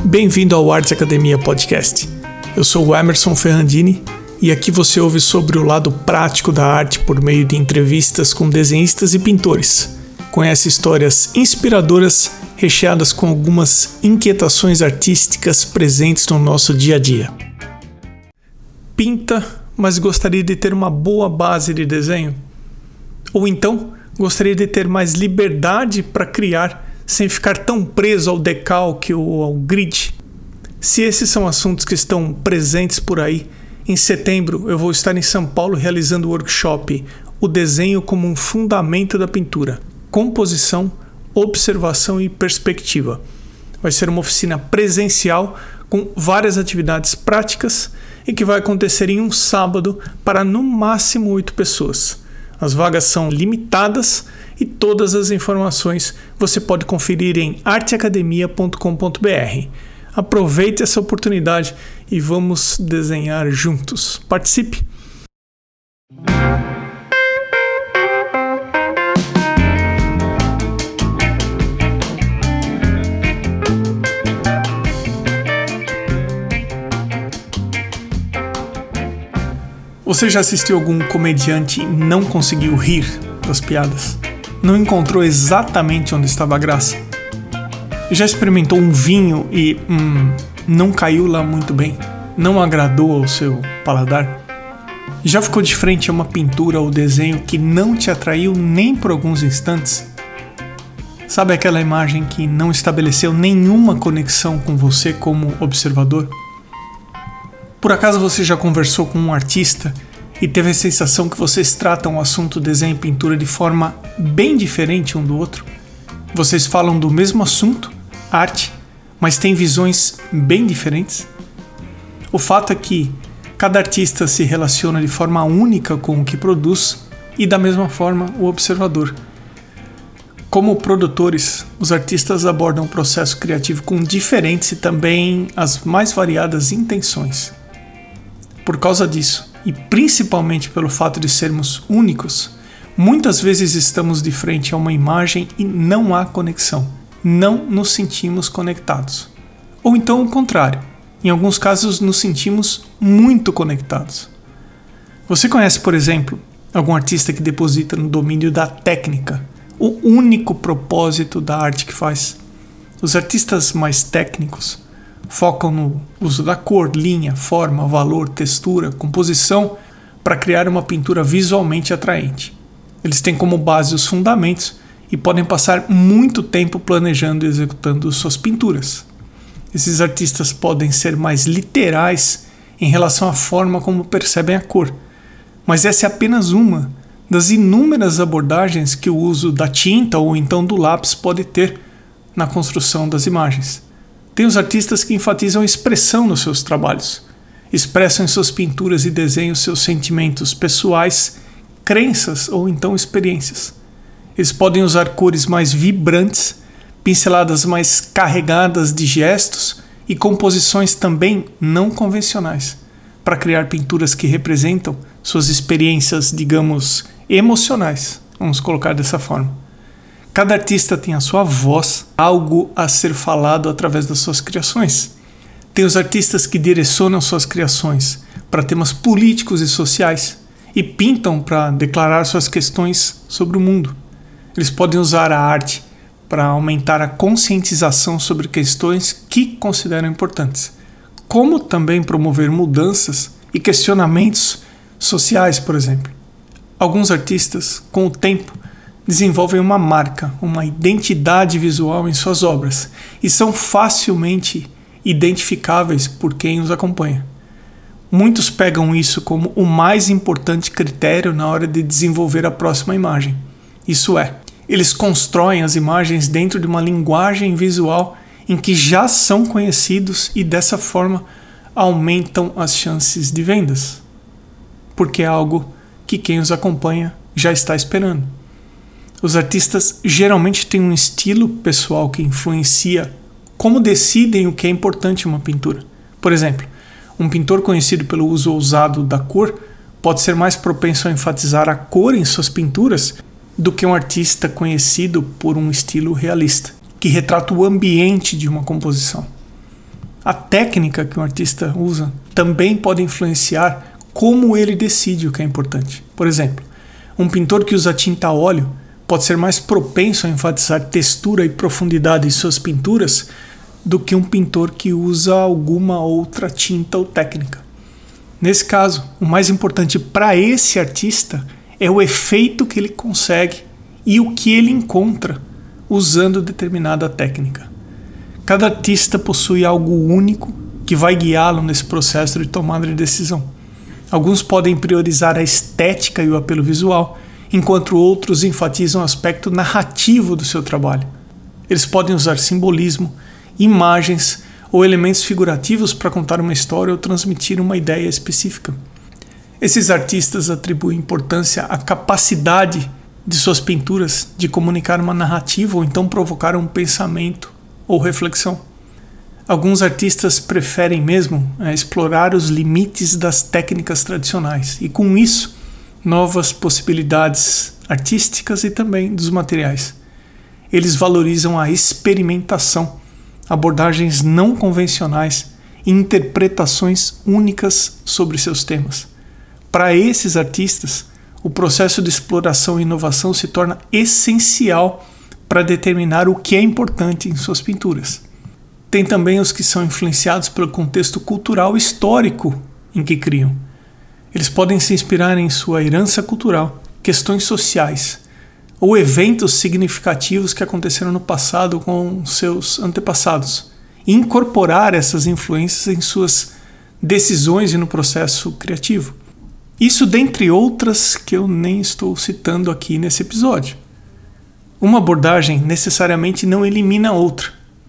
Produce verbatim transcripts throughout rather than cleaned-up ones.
Bem-vindo ao Arte Academia Podcast. Eu sou o Emerson Ferrandini e aqui você ouve sobre o lado prático da arte por meio de entrevistas com desenhistas e pintores. Conhece histórias inspiradoras recheadas com algumas inquietações artísticas presentes no nosso dia a dia. Pinta, mas gostaria de ter uma boa base de desenho? Ou então, gostaria de ter mais liberdade para criar sem ficar tão preso ao decalque ou ao grid? Se esses são assuntos que estão presentes por aí, em setembro eu vou estar em São Paulo realizando o workshop O Desenho como um Fundamento da Pintura, Composição, Observação e Perspectiva. Vai ser uma oficina presencial com várias atividades práticas e que vai acontecer em um sábado para no máximo oito pessoas. As vagas são limitadas e todas as informações você pode conferir em arte academia ponto com ponto b r. Aproveite essa oportunidade e vamos desenhar juntos. Participe! Você já assistiu algum comediante e não conseguiu rir das piadas? Não encontrou exatamente onde estava a graça? Já experimentou um vinho e hum, não caiu lá muito bem? Não agradou ao seu paladar? Já ficou de frente a uma pintura ou desenho que não te atraiu nem por alguns instantes? Sabe aquela imagem que não estabeleceu nenhuma conexão com você como observador? Por acaso você já conversou com um artista e teve a sensação que vocês tratam o assunto desenho e pintura de forma bem diferente um do outro? Vocês falam do mesmo assunto, arte, mas têm visões bem diferentes? O fato é que cada artista se relaciona de forma única com o que produz e da mesma forma o observador. Como produtores, os artistas abordam o processo criativo com diferentes e também as mais variadas intenções. Por causa disso, e principalmente pelo fato de sermos únicos, muitas vezes estamos de frente a uma imagem e não há conexão. Não nos sentimos conectados. Ou então o contrário. Em alguns casos nos sentimos muito conectados. Você conhece, por exemplo, algum artista que deposita no domínio da técnica o único propósito da arte que faz? Os artistas mais técnicos focam no uso da cor, linha, forma, valor, textura, composição para criar uma pintura visualmente atraente. Eles têm como base os fundamentos e podem passar muito tempo planejando e executando suas pinturas. Esses artistas podem ser mais literais em relação à forma como percebem a cor, mas essa é apenas uma das inúmeras abordagens que o uso da tinta ou então do lápis pode ter na construção das imagens. Tem os artistas que enfatizam a expressão nos seus trabalhos, expressam em suas pinturas e desenhos seus sentimentos pessoais, crenças ou então experiências. Eles podem usar cores mais vibrantes, pinceladas mais carregadas de gestos e composições também não convencionais, para criar pinturas que representam suas experiências, digamos, emocionais, vamos colocar dessa forma. Cada artista tem a sua voz, algo a ser falado através das suas criações. Tem os artistas que direcionam suas criações para temas políticos e sociais e pintam para declarar suas questões sobre o mundo. Eles podem usar a arte para aumentar a conscientização sobre questões que consideram importantes, como também promover mudanças e questionamentos sociais, por exemplo. Alguns artistas, com o tempo, desenvolvem uma marca, uma identidade visual em suas obras e são facilmente identificáveis por quem os acompanha. Muitos pegam isso como o mais importante critério na hora de desenvolver a próxima imagem. Isso é, eles constroem as imagens dentro de uma linguagem visual em que já são conhecidos e dessa forma aumentam as chances de vendas, porque é algo que quem os acompanha já está esperando. Os artistas geralmente têm um estilo pessoal que influencia como decidem o que é importante em uma pintura. Por exemplo, um pintor conhecido pelo uso ousado da cor pode ser mais propenso a enfatizar a cor em suas pinturas do que um artista conhecido por um estilo realista, que retrata o ambiente de uma composição. A técnica que um artista usa também pode influenciar como ele decide o que é importante. Por exemplo, um pintor que usa tinta a óleo pode ser mais propenso a enfatizar textura e profundidade em suas pinturas do que um pintor que usa alguma outra tinta ou técnica. Nesse caso, o mais importante para esse artista é o efeito que ele consegue e o que ele encontra usando determinada técnica. Cada artista possui algo único que vai guiá-lo nesse processo de tomada de decisão. Alguns podem priorizar a estética e o apelo visual, enquanto outros enfatizam o aspecto narrativo do seu trabalho. Eles podem usar simbolismo, imagens ou elementos figurativos para contar uma história ou transmitir uma ideia específica. Esses artistas atribuem importância à capacidade de suas pinturas de comunicar uma narrativa ou então provocar um pensamento ou reflexão. Alguns artistas preferem mesmo é, explorar os limites das técnicas tradicionais e, com isso, novas possibilidades artísticas e também dos materiais. Eles valorizam a experimentação, abordagens não convencionais e interpretações únicas sobre seus temas. Para esses artistas, o processo de exploração e inovação se torna essencial para determinar o que é importante em suas pinturas. Tem também os que são influenciados pelo contexto cultural e histórico em que criam. Eles podem se inspirar em sua herança cultural, questões sociais ou eventos significativos que aconteceram no passado com seus antepassados e incorporar essas influências em suas decisões e no processo criativo. Isso dentre outras que eu nem estou citando aqui nesse episódio. Uma abordagem necessariamente não elimina a outra,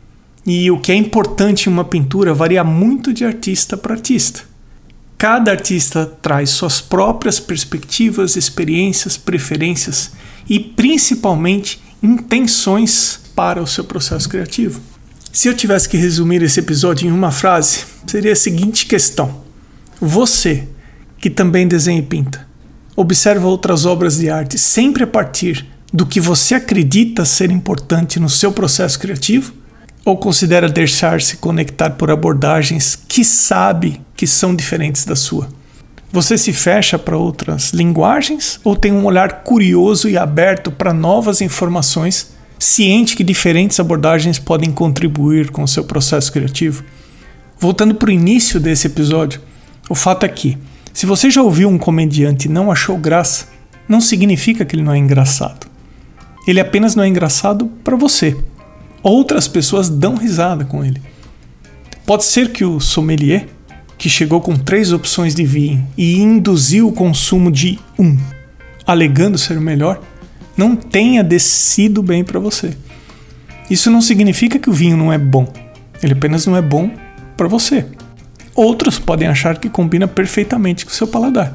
e o que é importante em uma pintura varia muito de artista para artista. Cada artista traz suas próprias perspectivas, experiências, preferências e, principalmente, intenções para o seu processo criativo. Se eu tivesse que resumir esse episódio em uma frase, seria a seguinte questão: você, que também desenha e pinta, observa outras obras de arte sempre a partir do que você acredita ser importante no seu processo criativo? Ou considera deixar-se conectar por abordagens que sabe que são diferentes da sua? Você se fecha para outras linguagens ou tem um olhar curioso e aberto para novas informações, ciente que diferentes abordagens podem contribuir com o seu processo criativo? Voltando para o início desse episódio, o fato é que, se você já ouviu um comediante e não achou graça, não significa que ele não é engraçado. Ele apenas não é engraçado para você. Outras pessoas dão risada com ele. Pode ser que o sommelier, que chegou com três opções de vinho e induziu o consumo de um, alegando ser o melhor, não tenha descido bem para você. Isso não significa que o vinho não é bom. Ele apenas não é bom para você. Outros podem achar que combina perfeitamente com o seu paladar.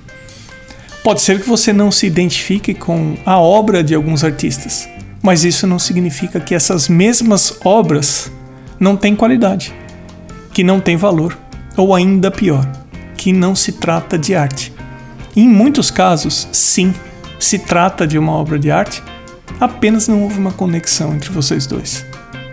Pode ser que você não se identifique com a obra de alguns artistas, mas isso não significa que essas mesmas obras não têm qualidade, que não têm valor, ou ainda pior, que não se trata de arte. E em muitos casos, sim, se trata de uma obra de arte, apenas não houve uma conexão entre vocês dois.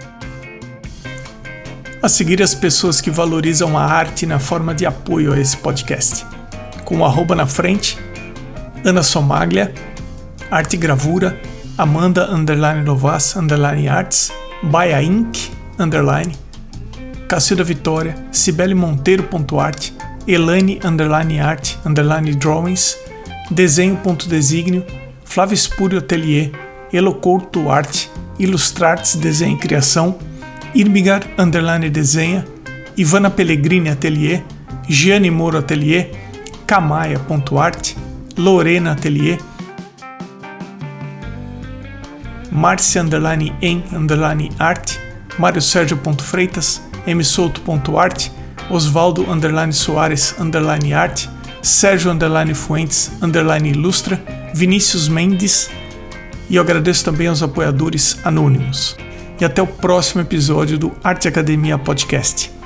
A seguir, as pessoas que valorizam a arte na forma de apoio a esse podcast. Com o arroba na frente, Ana Somaglia, Arte e Gravura, Amanda underline Novas underline Arts, Baia Inc underline, Cacilda Vitória, Cibele Monteiro.art, Elaine underline Art underline Drawings, Desenho.designio, Flávio Espúrio Atelier, Elocouto Arte, Ilustrartes Desenho e Criação, Irmigar underline Desenha, Ivana Pellegrini Atelier, Gianni Moro Atelier, Camaia.art, Lorena Atelier, Marcia underline em underline arte, Mário Sérgio.freitas, msouto.art, Osvaldo underline Soares underline arte, Sérgio underline Fuentes underline ilustra, Vinícius Mendes, e eu agradeço também aos apoiadores anônimos. E até o próximo episódio do Arte Academia Podcast.